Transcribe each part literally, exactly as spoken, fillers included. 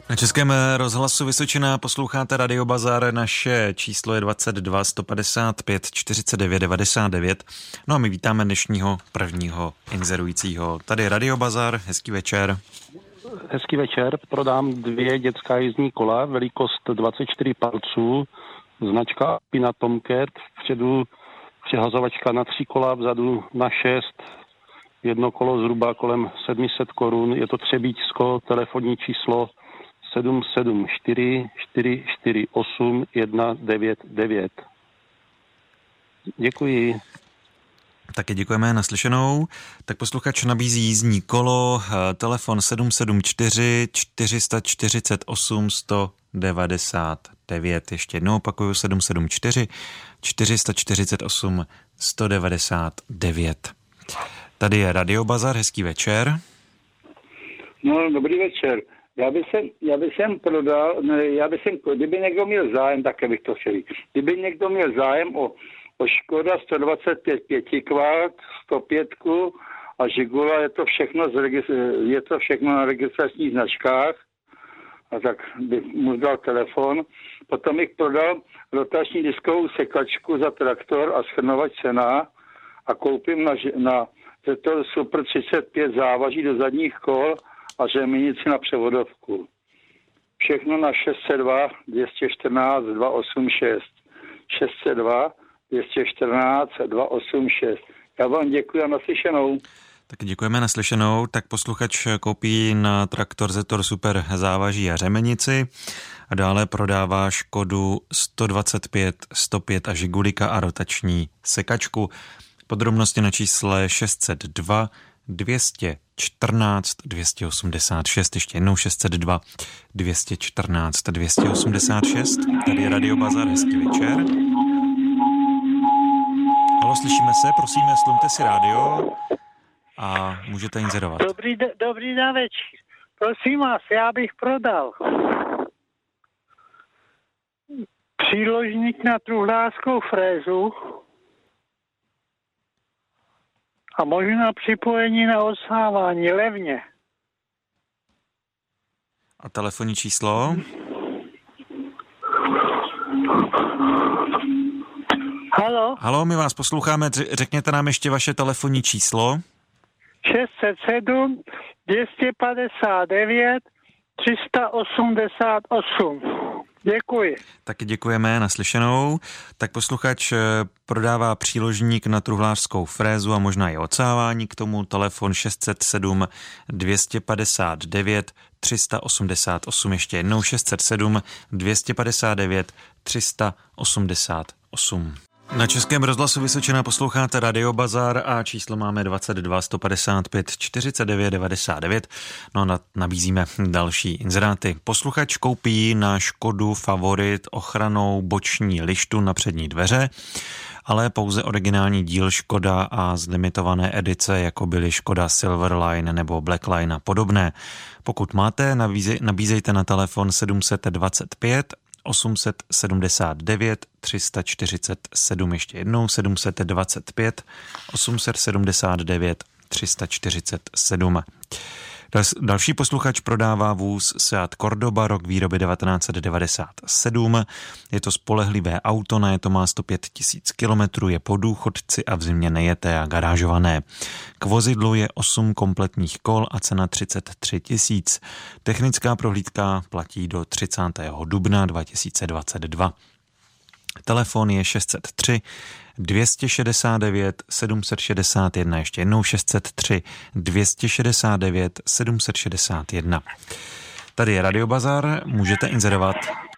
Na Českém rozhlasu Vysočina posloucháte Radio Bazar, naše číslo je dvacet dva sto padesát pět čtyřicet devět devadesát devět. No a my vítáme dnešního prvního inzerujícího. Tady Radio Bazar, hezký večer. Hezký večer, prodám dvě dětská jízdní kola, velikost dvacet čtyři palců, značka Alpina Tomcat, vpředu přihazovačka na tři kola, vzadu na šest, jedno kolo zhruba kolem sedm set korun, je to Třebíčsko, telefonní číslo sedm sedm čtyři čtyři čtyři osm jedna devět devět. Děkuji. Taky děkujeme, naslyšenou. Tak posluchač nabízí jízdní kolo, telefon sedm sedm čtyři čtyři čtyři osm sto devadesát devět. Ještě jednou opakuju, sedm sedm čtyři čtyři čtyři osm sto devadesát devět. Tady je Radio Bazar, hezký večer. No, dobrý večer. Já bych sem, já bych sem prodal, ne, já bych sem, kdyby někdo měl zájem, tak bych to chtěl. Kdyby někdo měl zájem o, o Škoda sto dvacet pět pět kvart, sto pět a Žigula, je to všechno, z, je to všechno na registračních značkách, a tak bych mu dal telefon. Potom bych prodal rotační diskovou sekačku za traktor a shrnovač cena a koupím na, na to Super třicet pět závaží do zadních kol a řemenici na převodovku. Všechno na šest set dva dvě stě čtrnáct dva osm šest. šest set dva dvě stě čtrnáct dva osm šest. Já vám děkuji a naslyšenou. Tak děkujeme, naslyšenou. Tak posluchač koupí na traktor Zetor Super závaží a řemenici a dále prodává Škodu sto dvacet pět sto pět a Žigulika a rotační sekačku. Podrobnosti na čísle šest set dva dvě stě čtrnáct dvě stě osmdesát šest, ještě jednou šest set dva dvě stě čtrnáct dvě stě osmdesát šest. Tady je Radio Bazar, hezký večer. Halo, slyšíme se, prosíme, slumte si rádio a můžete inzerovat. Dobrý, de, dobrý den večer. Prosím vás, já bych prodal příložník na truhlářskou frézu a možná připojení na odsávání levně. A telefonní číslo? Halo? Halo, my vás posloucháme, řekněte nám ještě vaše telefonní číslo. šest set sedm dvě stě padesát devět tři sta osmdesát osm. Děkuji. Taky děkujeme, naslyšenou. Tak posluchač prodává příložník na truhlářskou frézu a možná i odsávání k tomu. Telefon šest set sedm dvě stě padesát devět tři sta osmdesát osm. Ještě jednou šest set sedm dvě stě padesát devět tři sta osmdesát osm. Na Českém rozhlasu Vysočina posloucháte Radio Bazar a číslo máme dvacet dva sto padesát pět čtyřicet devět devadesát devět. No a nabízíme další inzeráty. Posluchač koupí na Škodu Favorit ochranou boční lištu na přední dveře, ale pouze originální díl Škoda a z limitované edice, jako byly Škoda Silverline nebo Blackline a podobné. Pokud máte, nabízejte na telefon sedm set dvacet pět osm set sedmdesát devět tři sta čtyřicet sedm, ještě jednou sedm set dvacet pět osm set sedmdesát devět tři sta čtyřicet sedm. Další posluchač prodává vůz Seat Cordoba, rok výroby devatenáct set devadesát sedm. Je to spolehlivé auto, na je to má sto pět tisíc kilometrů, je po důchodci a v zimě nejeté a garážované. K vozidlu je osm kompletních kol a cena třicet tři tisíc. Technická prohlídka platí do třicátého dubna dva tisíce dvacet dva. Telefon je šest set tři dvě stě šedesát devět sedm set šedesát jedna, ještě jednou šest set tři dvě stě šedesát devět sedm set šedesát jedna. Tady je Radio Bazar, můžete inzerovat.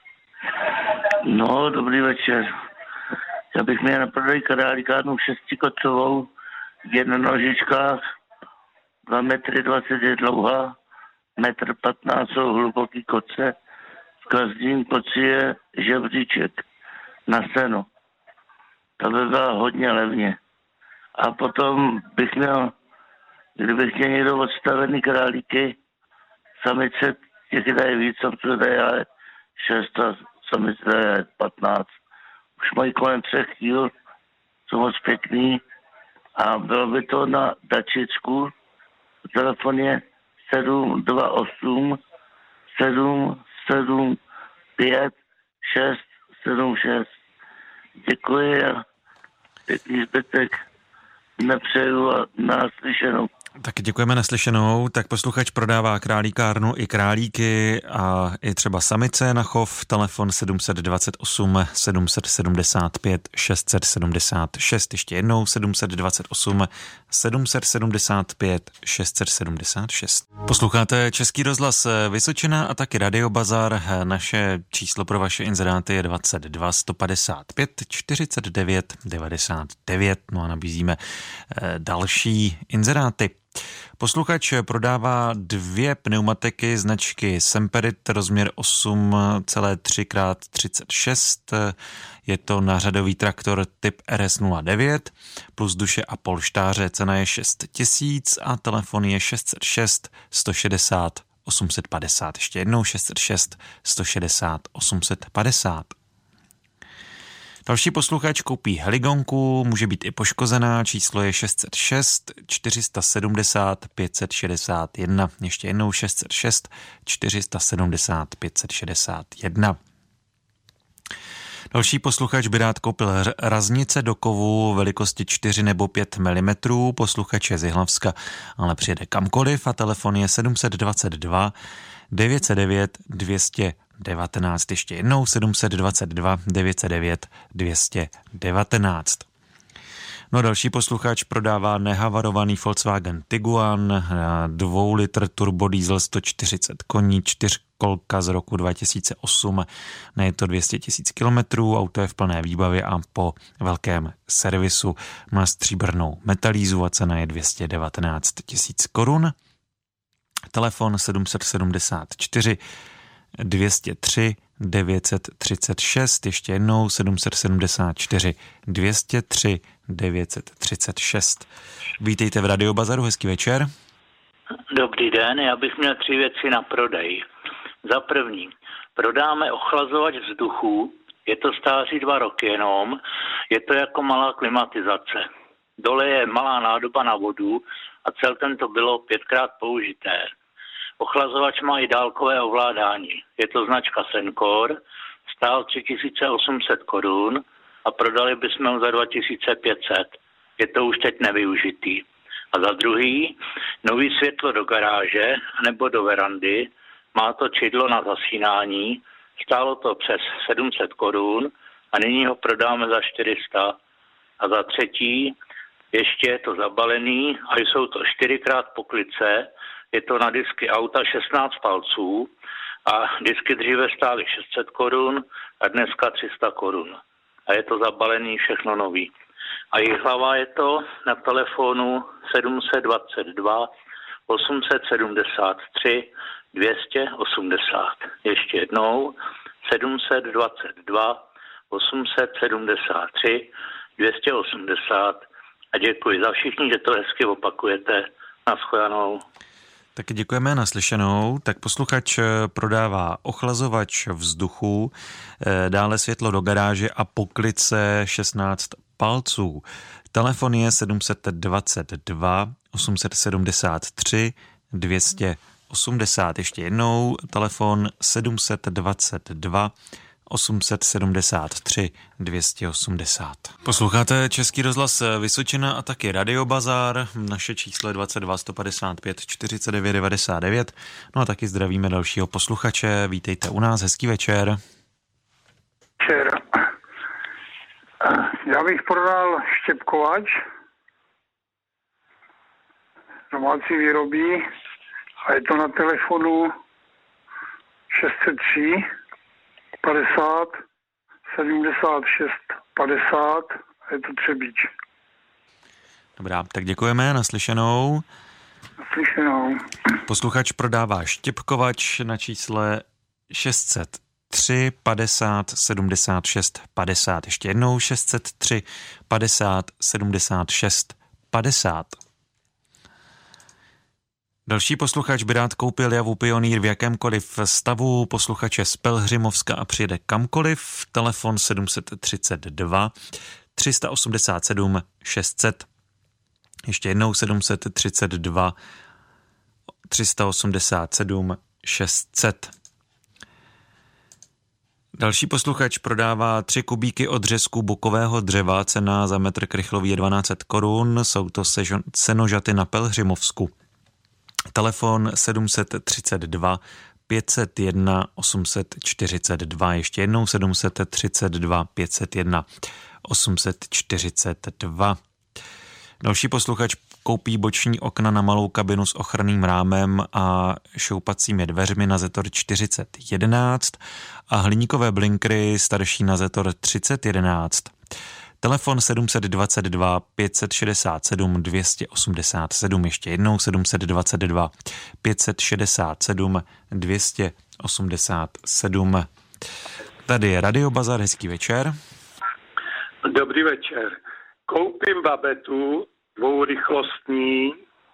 No, dobrý večer. Já bych měl na prodej karálikárnu šestikocovou, jedna nožička, dva metry dvacet je dlouhá, metr patnáct jsou hluboký koce, v každém koci je žebříček na seno. To by bylo hodně levně. A potom bych měl, kdybych měl někdo odstavený králíky, samice, těch daje víc, samice daje šest a samice daje patnáct. Už mají kolem třech kýl, jsou moc pěkný a bylo by to na dačičku. Telefon je sedm dva osm sedm sedm pět šest sedm šest. Děkuji a pěkný zbytek nepřeju a naslyšenou. Tak děkujeme naslyšenou. Tak posluchač prodává králíkárnu i králíky a i třeba samice na chov. Telefon sedm dvacet osm sedm sedmdesát pět šest set sedmdesát šest. Ještě jednou sedm dvacet osm sedm sedmdesát pět šest set sedmdesát šest. Posloucháte Český rozhlas Vysočina a taky Radio Bazar. Naše číslo pro vaše inzeráty je dvacet dva sto padesát pět čtyřicet devět devadesát devět. No a nabízíme další inzeráty. Posluchač prodává dvě pneumatiky značky Semperit, rozměr osm celá tři krát třicet šest. Je to nářadový traktor typ R S nula devět plus duše a polštáře. Cena je šest tisíc a telefon je šest set šest sto šedesát osm set padesát. Ještě jednou šest set šest sto šedesát osm set padesát. Další posluchač koupí heligonku, může být i poškozená, číslo je šest set šest čtyři sedmdesát pět set šedesát jedna. Ještě jednou šest set šest čtyři sedmdesát pět set šedesát jedna. Další posluchač by rád koupil raznice do kovu velikosti čtyři nebo pět milimetrů. Posluchač je z Jihlavska, ale přijede kamkoliv a telefon je sedm dvacet dva devět set devět dvě stě devatenáct. Ještě jednou sedm dvacet dva devět set devět dvě stě devatenáct. No další posluchač prodává nehavarovaný Volkswagen Tiguan, dvou litr turbodiesel sto čtyřicet koní, čtyřkolka z roku dva tisíce osm, je to dvě stě tisíc kilometrů, auto je v plné výbavě a po velkém servisu. Má stříbrnou metalízu a cena je dvě stě devatenáct tisíc korun. Telefon sedm sedmdesát čtyři dvě stě tři devět set třicet šest, ještě jednou sedm sedmdesát čtyři dvě stě tři devět set třicet šest. Vítejte v Radio Bazaru, hezký večer. Dobrý den, já bych měl tři věci na prodej. Za první, prodáme ochlazovač vzduchu, je to stáří dva roky jenom, je to jako malá klimatizace. Dole je malá nádoba na vodu a celkem to bylo pětkrát použité. Ochlazovač má i dálkové ovládání. Je to značka Sencor, stál tři tisíce osm set korun a prodali bychom ho za dva tisíce pět set. Je to už teď nevyužitý. A za druhý, nový světlo do garáže nebo do verandy, má to čidlo na zasínání, stálo to přes sedm set korun a nyní ho prodáme za čtyři sta. A za třetí, ještě je to zabalený a jsou to čtyřikrát poklice. Je to na disky auta šestnáct palců a disky dříve stály šest set korun a dneska tři sta korun. A je to zabalený všechno nový. A Jihlava je to na telefonu sedm dvacet dva osm sedmdesát tři dvě stě osmdesát. Ještě jednou sedm dvacet dva osm sedmdesát tři dvě stě osmdesát. A děkuji za všichni, že to hezky opakujete. Naschledanou. Taky děkujeme naslyšenou. Tak posluchač prodává ochlazovač vzduchu, dále světlo do garáže a poklice šestnáct palců. Telefon je sedm dvacet dva osm sedmdesát tři dvě stě osmdesát. Ještě jednou telefon sedm dvacet dva osm sedmdesát tři dvě stě osmdesát. Posloucháte Český rozhlas Vysočina a taky Radio Bazar. Naše číslo je dvacet dva sto padesát pět čtyřicet devět devadesát devět. No a taky zdravíme dalšího posluchače. Vítejte u nás, hezký večer. Večer. Já bych prodal štěpkovač domácí výroby a je to na telefonu šest set tři padesát sedmdesát šest padesát a je to Třebíč. Dobrá, tak děkujeme, naslyšenou. Naslyšenou. Posluchač prodává štěpkovač na čísle šest set tři padesát sedmdesát šest padesát. Ještě jednou šest set tři padesát sedmdesát šest padesát. Další posluchač by rád koupil Javu Pionýr v jakémkoliv stavu. Posluchače z Pelhřimovska a přijede kamkoliv. Telefon sedm třicet dva tři osmdesát sedm šest set. Ještě jednou sedm třicet dva tři osmdesát sedm šest set. Další posluchač prodává tři kubíky odřezku bukového dřeva, cena za metr krychlový je dvanáct set korun, jsou to senožaty na Pelhřimovsku. Telefon sedm set třicet dva pět set jedna osm set čtyřicet dva, ještě jednou sedm set třicet dva pět set jedna osm set čtyřicet dva. Další posluchač koupí boční okna na malou kabinu s ochranným rámem a šoupacími dveřmi na Zetor čtyřicet jedenáct a hliníkové blinkry starší na Zetor třicet jedenáct. Telefon sedm set dvacet dva pět set šedesát sedm dvě stě osmdesát sedm, ještě jednou sedm set dvacet dva pět set šedesát sedm dvě stě osmdesát sedm. Tady je Radio Bazar, hezký večer. Dobrý večer. Koupím babetu dvourychlostní,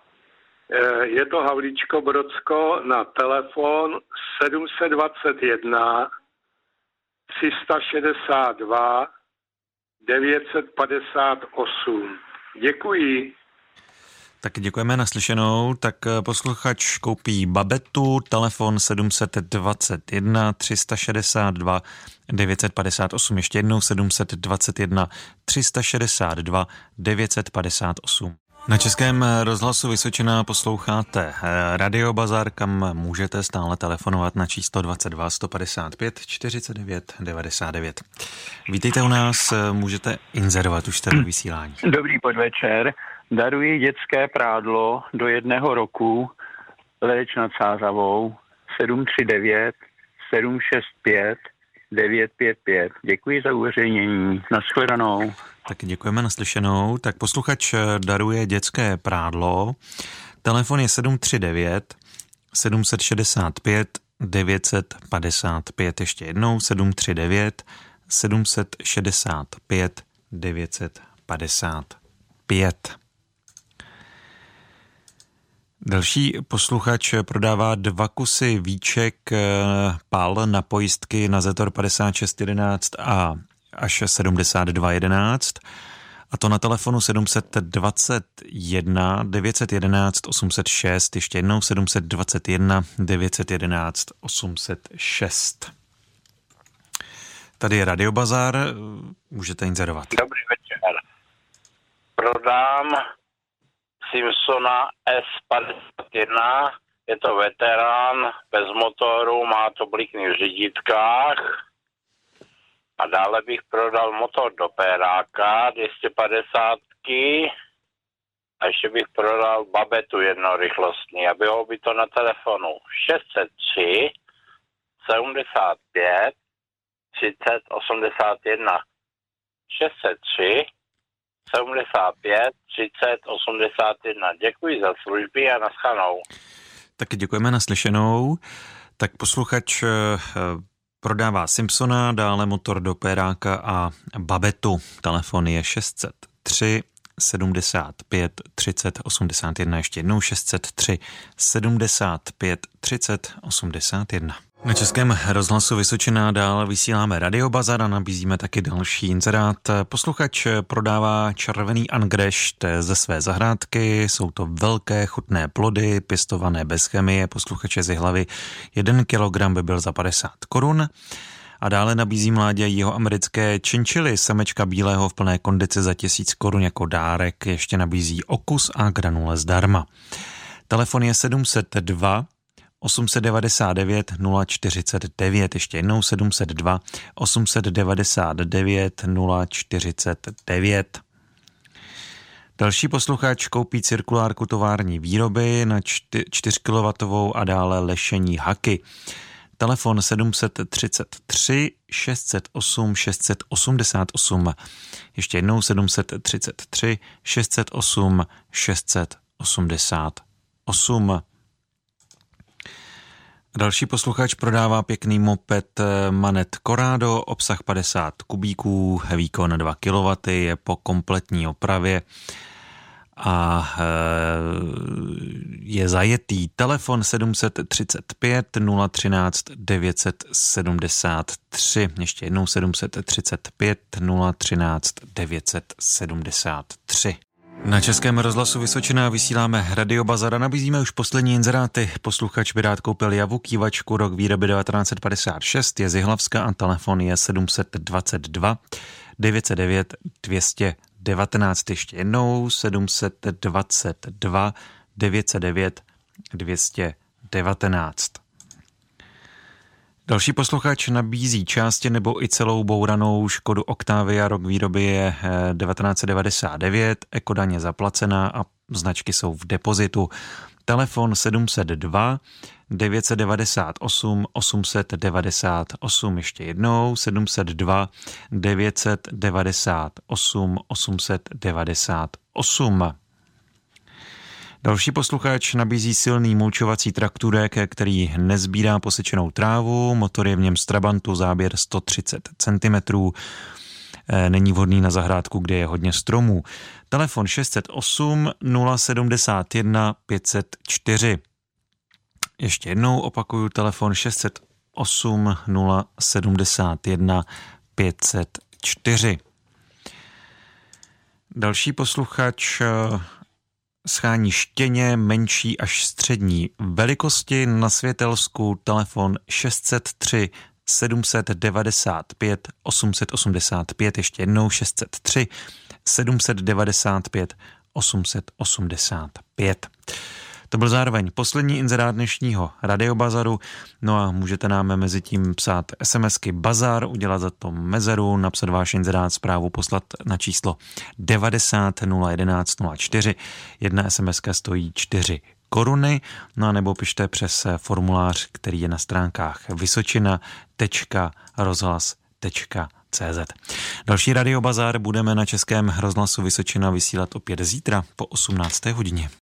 je to Havlíčko Brodsko, na telefon sedm set dvacet jedna tři sta šedesát dva devět set padesát osm. Děkuji. Tak děkujeme naslyšenou. Tak posluchač koupí babetu, telefon sedm set dvacet jedna tři sta šedesát dva devět set padesát osm, ještě jednou sedm set dvacet jedna tři sta šedesát dva devět set padesát osm. Na Českém rozhlasu Vysočina posloucháte Radio Bazar, kam můžete stále telefonovat na číslo dvacet dva sto padesát pět čtyřicet devět devadesát devět. Vítejte u nás, můžete inzerovat, už jste ve vysílání. Dobrý podvečer. Daruji dětské prádlo do jedného roku Leč nad Sářavou sedm tři devět sedm šest pět devět pět pět. Děkuji za uveřejnění. Nashledanou. Tak děkujeme naslyšenou. Tak posluchač daruje dětské prádlo. Telefon je sedm tři devět sedm šedesát pět devět set padesát pět. Ještě jednou sedm tři devět sedm šedesát pět devět set padesát pět. Další posluchač prodává dva kusy víček pal na pojistky na Zetor padesát šest jedenáct a až sedmdesát dva jedenáct, a to na telefonu sedm set dvacet jedna devět set jedenáct osm set šest, ještě jednou sedm set dvacet jedna devět set jedenáct osm set šest. Tady je Radio Bazar, můžete inzerovat. Dobrý večer. Prodám Simpsona S padesát jedna, je to veterán, bez motoru, má to blikny v řidítkách. A dále bych prodal motor do péráka dvě stě padesát a ještě bych prodal babetu jednorychlostní a bylo by to na telefonu šest set tři sedmdesát pět třicet osmdesát jedna. šest set tři sedmdesát pět třicet osmdesát jedna. Děkuji za služby a naschanou. Taky děkujeme naslyšenou. Tak posluchač prodává Simpsona, dále motor do péráka a babetu. Telefon je šest set tři sedmdesát pět třicet osmdesát jedna, ještě jednou šest set tři sedmdesát pět třicet osmdesát jedna. Na Českém rozhlasu Vysočina dál vysíláme Radio Bazar a nabízíme taky další inzerát. Posluchač prodává červený angrešt ze své zahrádky, jsou to velké chutné plody, pěstované bez chemie, posluchače z Jihlavy, jeden kilogram by byl za padesát korun. A dále nabízí mládě jihoamerické činčily, samečka bílého v plné kondici za tisíc korun jako dárek, ještě nabízí okus a granule zdarma. Telefon je sedm set dva osm set devadesát devět nula čtyřicet devět, ještě jednou sedm set dva osm set devadesát devět nula čtyřicet devět. Další posluchač koupí cirkulárku tovární výroby na čtyři kilowattovou a dále lešení haky. Telefon sedm set třicet tři šest set osm šest set osmdesát osm, ještě jednou sedm set třicet tři šest set osm šest set osmdesát osm. Další posluchač prodává pěkný moped Manet Corrado, obsah padesát kubíků, výkon dva kilowatty, je po kompletní opravě a je zajetý. Telefon sedm set třicet pět nula třináct devět set sedmdesát tři, ještě jednou sedm set třicet pět nula třináct devět set sedmdesát tři. Na Českém rozhlasu Vysočina vysíláme Radio Bazar a nabízíme už poslední inzeráty. Posluchač by rád koupil Javu kývačku, rok výroby devatenáct set padesát šest, je z Jihlavska a telefon je sedm set dvacet dva devět set devět dvě stě devatenáct. Ještě jednou sedm set dvacet dva devět set devět dvě stě devatenáct. Další posluchač nabízí části nebo i celou bouranou Škodu Octavia, rok výroby je devatenáct set devadesát devět, ekodaň je zaplacená a značky jsou v depozitu. Telefon sedm set dva devět set devadesát osm osm set devadesát osm, ještě jednou sedm set dva devět set devadesát osm osm set devadesát osm. Další posluchač nabízí silný mulčovací traktůrek, který nezbírá posečenou trávu, motor je v něm z Trabantu, záběr sto třicet centimetrů, není vhodný na zahrádku, kde je hodně stromů. Telefon šest set osm nula sedmdesát jedna pět set čtyři. Ještě jednou opakuju, telefon šest set osm nula sedmdesát jedna pět set čtyři. Další posluchač schání štěně menší až střední velikosti na Světelsku, telefon šest set tři sedm set devadesát pět osm set osmdesát pět, ještě jednou šest set tři sedm set devadesát pět osm set osmdesát pět. To byl zároveň poslední inzerát dnešního Radiobazaru, no a můžete nám mezi tím psát SMSky Bazar, udělat za to mezeru, napsat váš inzerát, zprávu poslat na číslo devadesát nula jedenáct nula čtyři. Jedna SMSka stojí čtyři koruny, no a nebo pište přes formulář, který je na stránkách vysočina tečka rozhlas tečka cé zet. Další Radiobazar budeme na Českém rozhlasu Vysočina vysílat opět zítra po osmnácté hodině.